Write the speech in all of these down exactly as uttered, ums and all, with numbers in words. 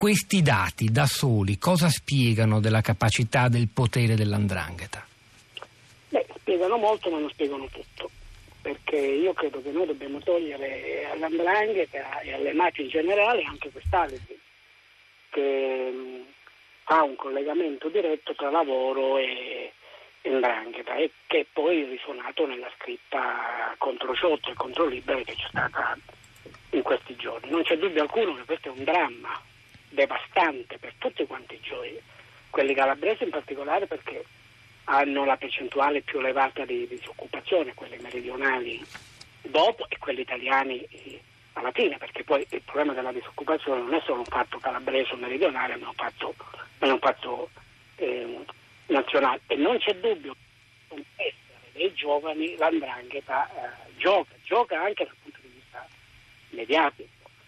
questi dati da soli cosa spiegano della capacità del potere dell'Ndrangheta? Beh, spiegano molto ma non spiegano tutto, perché io credo che noi dobbiamo togliere all'Ndrangheta e alle mafie in generale anche quest'alibi che mh, fa un collegamento diretto tra lavoro e Ndrangheta e che poi è risuonato nella scritta contro Ciotto e contro Libera che c'è stata in questi giorni. Non c'è dubbio alcuno che questo è un dramma devastante per tutti quanti i giochi, quelli calabresi in particolare perché hanno la percentuale più elevata di disoccupazione, quelli meridionali dopo e quelli italiani alla fine, perché poi il problema della disoccupazione non è solo un fatto calabrese o meridionale, ma è un fatto, ma è un fatto eh, nazionale. E non c'è dubbio che con essere dei giovani l'Ndrangheta eh, gioca, gioca anche dal punto di vista mediatico.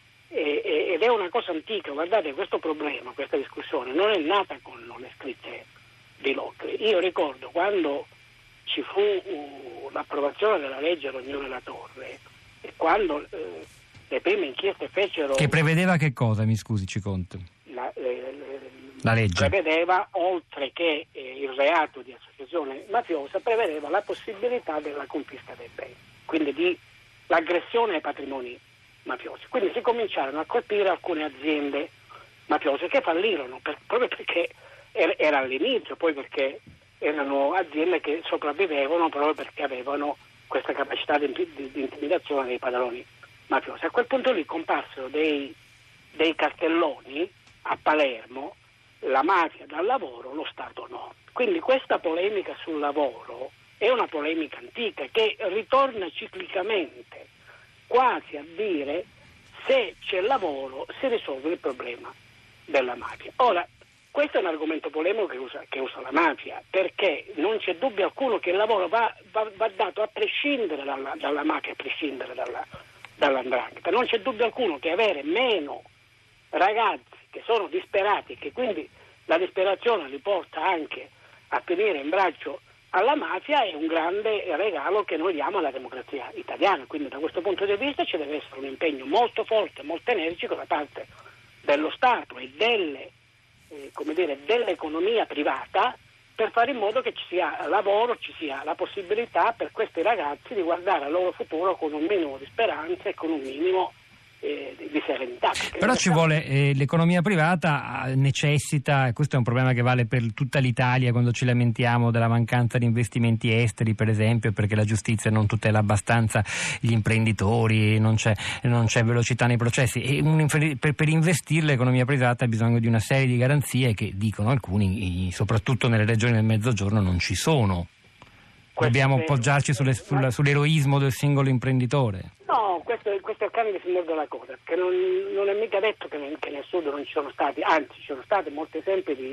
E, e, ed è una cosa antica, guardate, questo problema, questa discussione non è nata con le scritte di Locke. Io ricordo quando ci fu uh, l'approvazione della legge Rognoni La Torre e quando uh, le prime inchieste fecero... Che prevedeva che cosa, mi scusi Ciconte? La, le, le, la legge prevedeva, oltre che eh, il reato di associazione mafiosa, prevedeva la possibilità della confisca dei beni, quindi di l'aggressione ai patrimoni mafiosi. Quindi si cominciarono a colpire alcune aziende mafiose che fallirono per, proprio perché era, era all'inizio, poi perché erano aziende che sopravvivevano proprio perché avevano questa capacità di, di, di intimidazione dei padroni mafiosi. A quel punto lì comparsero dei, dei cartelloni a Palermo: la mafia dal lavoro, lo Stato no. Quindi questa polemica sul lavoro è una polemica antica che ritorna ciclicamente, quasi a dire se c'è lavoro si risolve il problema della mafia. Ora, questo è un argomento polemico che usa, che usa la mafia, perché non c'è dubbio alcuno che il lavoro va, va, va dato a prescindere dalla, dalla mafia, a prescindere dalla, dall'Ndrangheta. Non c'è dubbio alcuno che avere meno ragazzi che sono disperati e che quindi la disperazione li porta anche a finire in braccio alla mafia è un grande regalo che noi diamo alla democrazia italiana. Quindi da questo punto di vista ci deve essere un impegno molto forte, molto energico da parte dello Stato e delle, eh, come dire, dell'economia privata per fare in modo che ci sia lavoro, ci sia la possibilità per questi ragazzi di guardare al loro futuro con un minimo di speranza e con un minimo Eh, di serenità. Però ci vuole eh, l'economia privata necessita, e questo è un problema che vale per tutta l'Italia quando ci lamentiamo della mancanza di investimenti esteri, per esempio, perché la giustizia non tutela abbastanza gli imprenditori, non c'è, non c'è velocità nei processi e un, per, per investire l'economia privata ha bisogno di una serie di garanzie che, dicono alcuni, soprattutto nelle regioni del Mezzogiorno non ci sono. Dobbiamo appoggiarci sulle, sulla, sull'eroismo del singolo imprenditore? No, questo, questo è il cane che si morde la coda, perché non, non è mica detto che nel, che nel Sud non ci sono stati, anzi ci sono stati molti esempi di,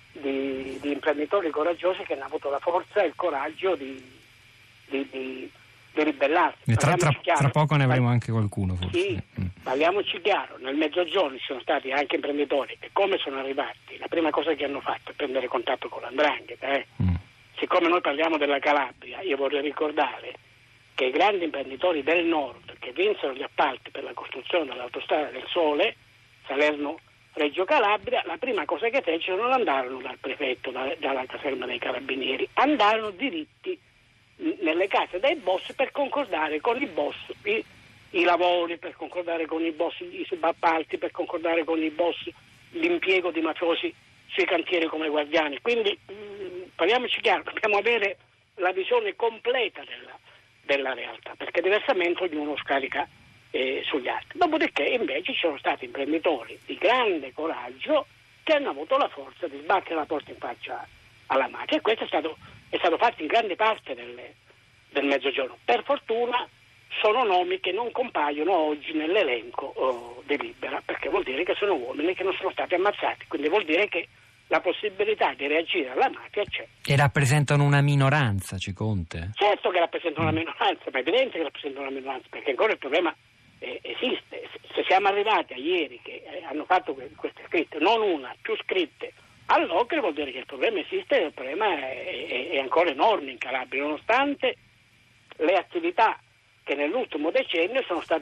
di, di imprenditori coraggiosi che hanno avuto la forza e il coraggio di, di, di, di ribellarsi. Tra, tra, tra poco ne avremo anche qualcuno forse. Sì, mm. Parliamoci chiaro, nel Mezzogiorno ci sono stati anche imprenditori che come sono arrivati, la prima cosa che hanno fatto è prendere contatto con l'Ndrangheta, eh. Mm. Siccome noi parliamo della Calabria, io vorrei ricordare che i grandi imprenditori del nord che vinsero gli appalti per la costruzione dell'autostrada del Sole, Salerno-Reggio Calabria, la prima cosa che fecero non andarono dal prefetto, da, dalla caserma dei carabinieri, andarono diritti nelle case dei boss per concordare con i boss i, i lavori, per concordare con i boss i subappalti, per concordare con i boss l'impiego di mafiosi sui cantieri come guardiani. Quindi mh, parliamoci chiaro, dobbiamo avere la visione completa della, della realtà, perché diversamente ognuno scarica eh, sugli altri. Dopodiché invece ci sono stati imprenditori di grande coraggio che hanno avuto la forza di sbattere la porta in faccia alla mafia, e questo è stato, è stato fatto in grande parte delle, del Mezzogiorno. Per fortuna sono nomi che non compaiono oggi nell'elenco oh, di Libera, perché vuol dire che sono uomini che non sono stati ammazzati, quindi vuol dire che la possibilità di reagire alla mafia c'è. E rappresentano una minoranza, Ciconte? Certo che rappresentano una minoranza, ma è evidente che rappresentano una minoranza, perché ancora il problema eh, esiste. Se siamo arrivati a ieri che eh, hanno fatto que- queste scritte, non una, più scritte, all'occhio vuol dire che il problema esiste e il problema è, è, è ancora enorme in Calabria, nonostante le attività che nell'ultimo decennio sono state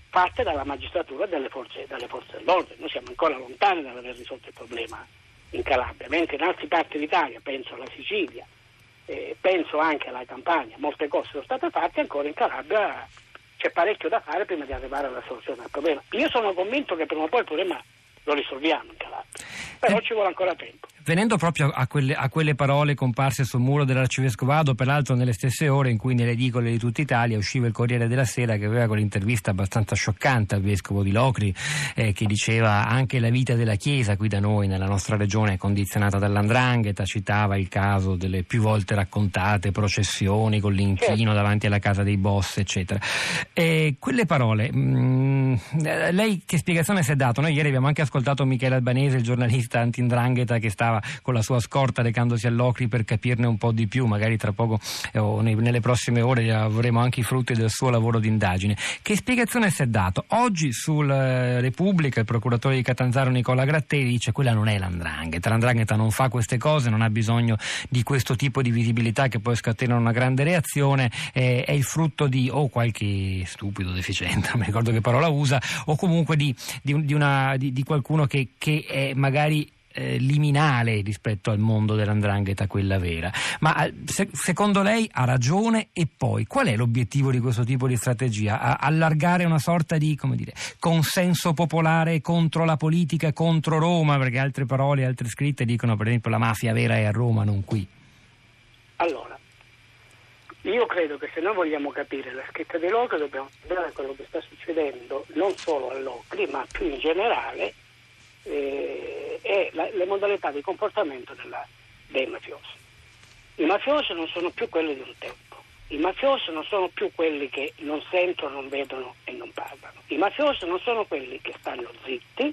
fatte dalla magistratura e dalle forze, dalle forze dell'ordine. Noi siamo ancora lontani dall'aver risolto il problema in Calabria, mentre in altre parti d'Italia, penso alla Sicilia, eh, penso anche alla Campania, molte cose sono state fatte, ancora in Calabria c'è parecchio da fare prima di arrivare alla soluzione del problema. Io sono convinto che prima o poi il problema lo risolviamo in Calabria, però eh. ci vuole ancora tempo. Venendo proprio a quelle, a quelle parole comparse sul muro dell'arcivescovado, peraltro nelle stesse ore in cui nelle edicole di tutta Italia usciva il Corriere della Sera, che aveva quell'intervista abbastanza scioccante al vescovo di Locri, eh, che diceva anche la vita della Chiesa qui da noi nella nostra regione è condizionata dall''ndrangheta, citava il caso delle più volte raccontate processioni con l'inchino davanti alla casa dei boss, eccetera. E quelle parole, mh, lei che spiegazione si è dato? Noi ieri abbiamo anche ascoltato Michele Albanese, il giornalista anti-'ndrangheta, che stava con la sua scorta recandosi all'Ocri per capirne un po' di più, magari tra poco eh, o nei, nelle prossime ore avremo anche i frutti del suo lavoro di indagine. Che spiegazione si è dato? Oggi sul eh, Repubblica il procuratore di Catanzaro Nicola Gratteri dice quella non è l'Andrangheta, l'Andrangheta non fa queste cose, non ha bisogno di questo tipo di visibilità che poi scatenano una grande reazione, eh, è il frutto di o qualche stupido deficiente, non mi ricordo che parola usa, o comunque di, di, di, una, di, di qualcuno che, che è magari Eh, liminale rispetto al mondo dell'Andrangheta, quella vera. Ma se, secondo lei ha ragione? E poi qual è l'obiettivo di questo tipo di strategia? A, allargare una sorta di, come dire, consenso popolare contro la politica, contro Roma, perché altre parole, altre scritte dicono per esempio la mafia vera è a Roma, non qui. Allora, io credo che se noi vogliamo capire la scritta di Locri dobbiamo vedere quello che sta succedendo non solo a Locri ma più in generale Eh, e la, le modalità di comportamento della, dei mafiosi. I mafiosi non sono più quelli di un tempo, i mafiosi non sono più quelli che non sentono, non vedono e non parlano, i mafiosi non sono quelli che stanno zitti,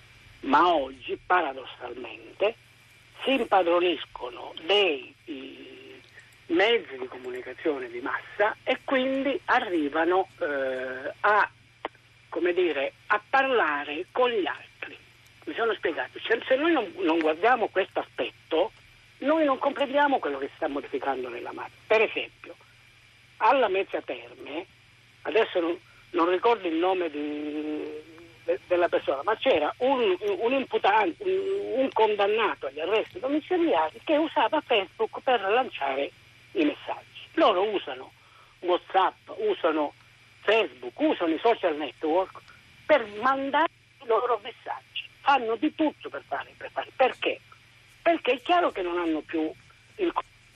ma oggi paradossalmente si impadroniscono dei i, mezzi di comunicazione di massa e quindi arrivano eh, a, come dire, a parlare con gli altri. Mi sono spiegato, se, se noi non, non guardiamo questo aspetto, noi non comprendiamo quello che si sta modificando nella mafia. Per esempio, alla Mezza Terme, adesso non, non ricordo il nome di, de, della persona, ma c'era un, un imputato, un, un condannato agli arresti domiciliari che usava Facebook per lanciare i messaggi. Loro usano WhatsApp, usano Facebook, usano i social network per mandare i loro messaggi. Fanno di tutto per fare, per fare. Perché? Perché è chiaro che non hanno più il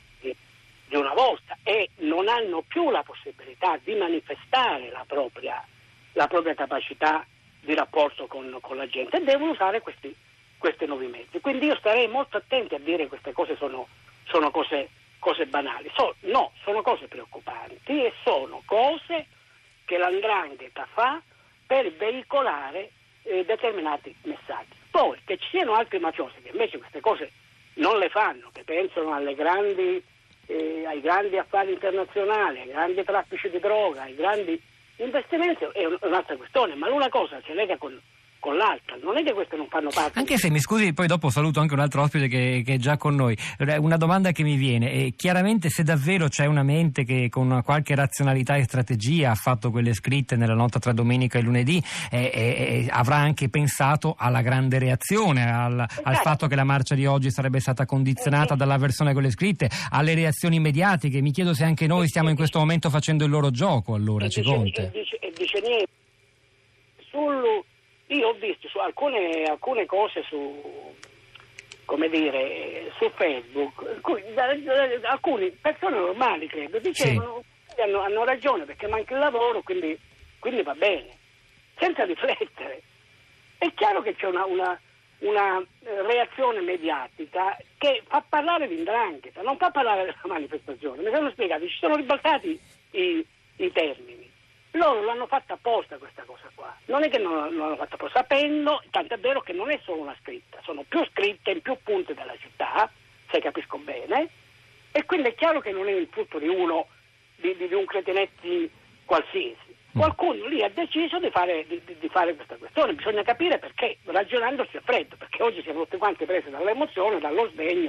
di una volta e non hanno più la possibilità di manifestare la propria, la propria capacità di rapporto con, con la gente e devono usare questi, questi nuovi mezzi. Quindi io starei molto attenti a dire che queste cose sono, sono cose, cose banali. So, no, sono cose preoccupanti e sono cose che l'Andrangheta fa per veicolare Eh, determinati messaggi. Poi che ci siano altri mafiosi che invece queste cose non le fanno, che pensano alle grandi, eh, ai grandi affari internazionali, ai grandi traffici di droga, ai grandi investimenti, è un'altra questione, ma una cosa si lega con, con l'altra, non è che queste non fanno parte. Anche se mi scusi, poi dopo saluto anche un altro ospite che, che è già con noi. Una domanda che mi viene, e chiaramente se davvero c'è una mente che con una qualche razionalità e strategia ha fatto quelle scritte nella notte tra domenica e lunedì, eh, eh, avrà anche pensato alla grande reazione, al, esatto. al fatto che la marcia di oggi sarebbe stata condizionata dalla versione con le scritte, alle reazioni mediatiche. Mi chiedo se anche noi stiamo in questo momento facendo il loro gioco, allora, Ciconte. E dice, e dice niente. Sul... Io ho visto su alcune, alcune cose su, come dire, su Facebook, alcune persone normali credo, dicevano sì. che hanno, hanno ragione perché manca il lavoro, quindi, quindi va bene, senza riflettere. È chiaro che c'è una, una, una reazione mediatica che fa parlare di 'ndrangheta, non fa parlare della manifestazione. Mi sono spiegato, ci sono ribaltati i, i termini. Loro l'hanno fatta apposta questa cosa qua, non è che non, non l'hanno fatta apposta, sapendo, tanto è vero che non è solo una scritta, sono più scritte in più punti della città, se capisco bene, e quindi è chiaro che non è il frutto di uno, di, di, di un Cretinetti qualsiasi. Qualcuno lì ha deciso di fare, di, di fare questa questione, bisogna capire perché, ragionandosi a freddo, perché oggi siamo tutti quanti presi dall'emozione, dallo sdegno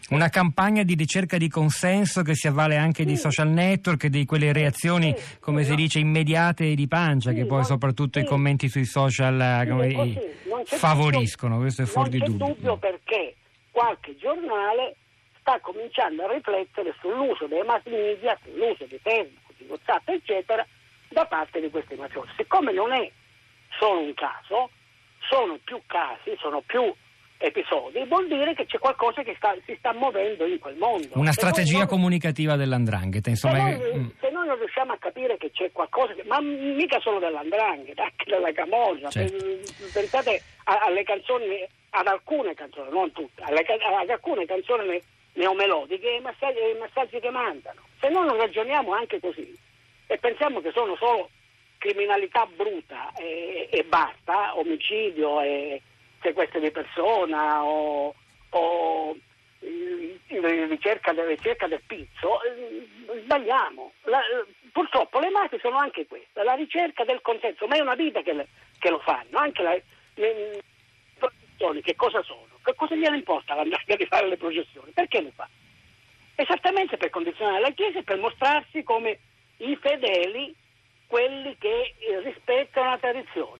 Una campagna di ricerca di consenso che si avvale anche sì. di social network, di quelle reazioni, sì, come sì, si no. dice, immediate di pancia, sì, che poi non, soprattutto sì. i commenti sui social sì, come, favoriscono, questo è fuori di dubbio. Non c'è dubbio perché qualche giornale sta cominciando a riflettere sull'uso dei mass media, sull'uso di Facebook, di WhatsApp, eccetera, da parte di questi mafiosi. Siccome non è solo un caso, sono più casi, sono più episodi, vuol dire che c'è qualcosa che sta, si sta muovendo in quel mondo. Una se strategia non, comunicativa dell'andrangheta, insomma. Se, che... noi, se noi non riusciamo a capire che c'è qualcosa, che, ma mica solo dell'andrangheta, anche della camorra, certo. Pensate alle canzoni, ad alcune canzoni, non tutte, alle, ad alcune canzoni neomelodiche e i messaggi, i messaggi che mandano. Se noi non ragioniamo anche così e pensiamo che sono solo criminalità bruta e, e basta, omicidio e sequestro di persona o, o eh, ricerca, ricerca del pizzo, eh, sbagliamo. La, purtroppo le mafie sono anche queste, la ricerca del consenso, ma è una vita che, le, che lo fanno, anche la, le processioni, che cosa sono? Che cosa gliene importa all'andrangheta di fare le processioni? Perché le fa? Esattamente per condizionare la Chiesa e per mostrarsi come i fedeli, quelli che rispettano la tradizione.